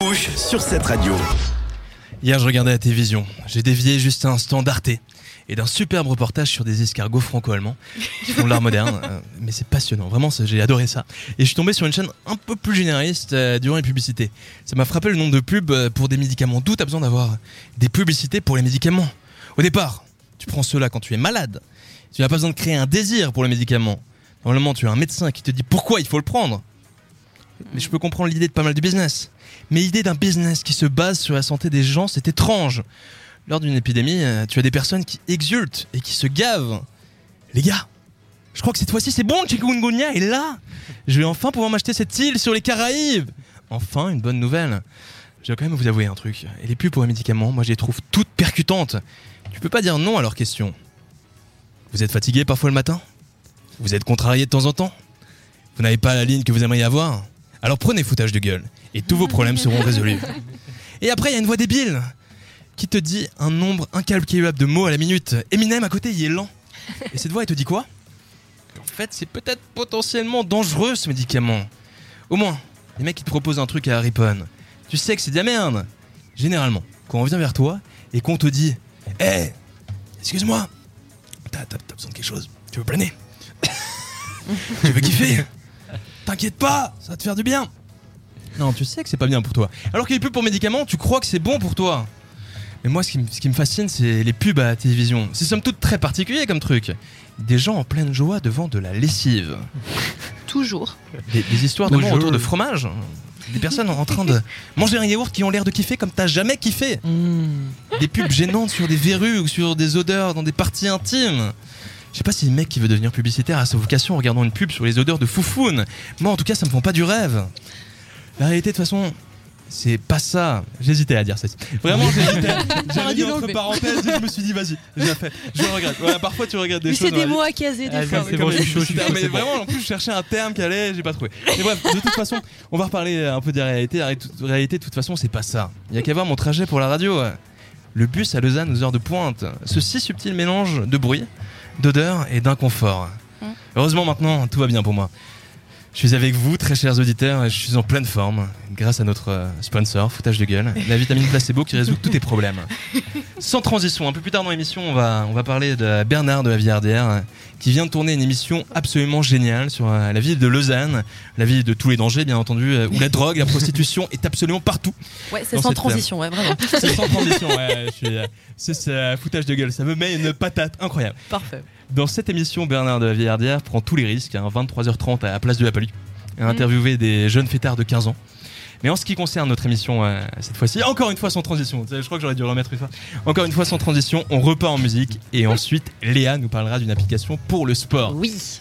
Rouge sur cette radio. Hier, je regardais la télévision. J'ai dévié juste un instant d'Arte et d'un superbe reportage sur des escargots franco-allemands qui font de l'art moderne. Mais c'est passionnant, vraiment, j'ai adoré ça. Et je suis tombé sur une chaîne un peu plus généraliste durant les publicités. Ça m'a frappé le nombre de pubs pour des médicaments. D'où tu as besoin d'avoir des publicités pour les médicaments. Au départ, tu prends cela quand tu es malade. Tu n'as pas besoin de créer un désir pour le médicament. Normalement, tu as un médecin qui te dit pourquoi il faut le prendre. Mais je peux comprendre l'idée de pas mal de business. Mais l'idée d'un business qui se base sur la santé des gens, c'est étrange. Lors d'une épidémie, tu as des personnes qui exultent et qui se gavent. Les gars, je crois que cette fois-ci c'est bon, le chikungunya est là. Je vais enfin pouvoir m'acheter cette île sur les Caraïbes. Enfin, une bonne nouvelle. Je vais quand même vous avouer un truc. Et les pubs pour les médicaments, moi je les trouve toutes percutantes. Tu peux pas dire non à leurs questions. Vous êtes fatigué parfois le matin ? Vous êtes contrarié de temps en temps ? Vous n'avez pas la ligne que vous aimeriez avoir ? Alors prenez foutage de gueule et tous vos problèmes seront résolus. Et après il y a une voix débile qui te dit un nombre incalculable de mots à la minute. Eminem à côté il est lent. Et cette voix elle te dit quoi ? En fait c'est peut-être potentiellement dangereux ce médicament. Au moins les mecs qui te proposent un truc à Ripon, tu sais que c'est de la merde. Généralement quand on vient vers toi et qu'on te dit hey, excuse-moi, t'as besoin de quelque chose, tu veux planer, tu veux kiffer, t'inquiète pas, ça va te faire du bien. Non, tu sais que c'est pas bien pour toi. Alors que les pubs pour médicaments, tu crois que c'est bon pour toi. Mais moi, ce qui me fascine, c'est les pubs à la télévision. C'est somme toute très particulier comme truc. Des gens en pleine joie devant de la lessive. Toujours. Des histoires d'amour autour de fromage. Des personnes en train de manger un yaourt qui ont l'air de kiffer comme t'as jamais kiffé. Des pubs gênantes sur des verrues ou sur des odeurs dans des parties intimes. Je sais pas si le mec qui veut devenir publicitaire a sa vocation en regardant une pub sur les odeurs de foufoune. Moi en tout cas ça me font pas du rêve. La réalité de toute façon c'est pas ça. J'hésitais à dire ça. Vraiment j'hésitais. J'avais dit entre parenthèses et je me suis dit vas-y, j'ai fait. Je regrette. Voilà, parfois tu regrettes des choses. Mais c'est des mots à caser des fois. C'est bon, je suis chaud. Mais vraiment en plus je cherchais un terme qui allait, j'ai pas trouvé. Mais bref, de toute façon, on va reparler un peu des réalités. La réalité de toute façon c'est pas ça. Il y a qu'à voir mon trajet pour la radio. Le bus à Lausanne aux heures de pointe. Ce si subtil mélange de bruit, d'odeur et d'inconfort. Heureusement maintenant tout va bien pour moi. Je suis avec vous très chers auditeurs et je suis en pleine forme grâce à notre sponsor foutage de gueule, la vitamine placebo qui résout tous tes problèmes. Sans transition, un peu plus tard dans l'émission on va parler de Bernard de la Villardière qui vient de tourner une émission absolument géniale sur la ville de Lausanne, la ville de tous les dangers bien entendu, où la drogue, la prostitution est absolument partout. Ouais, c'est sans transition, ouais, vraiment. C'est sans transition, ouais, c'est foutage de gueule, ça me met une patate incroyable. Parfait. Dans cette émission, Bernard de la Villardière prend tous les risques, 23h30 à la place de la Palue, à interviewer des jeunes fêtards de 15 ans. Mais en ce qui concerne notre émission, cette fois-ci, encore une fois sans transition, je crois que j'aurais dû le remettre une fois. Encore une fois sans transition, on repart en musique et ensuite Léa nous parlera d'une application pour le sport. Oui.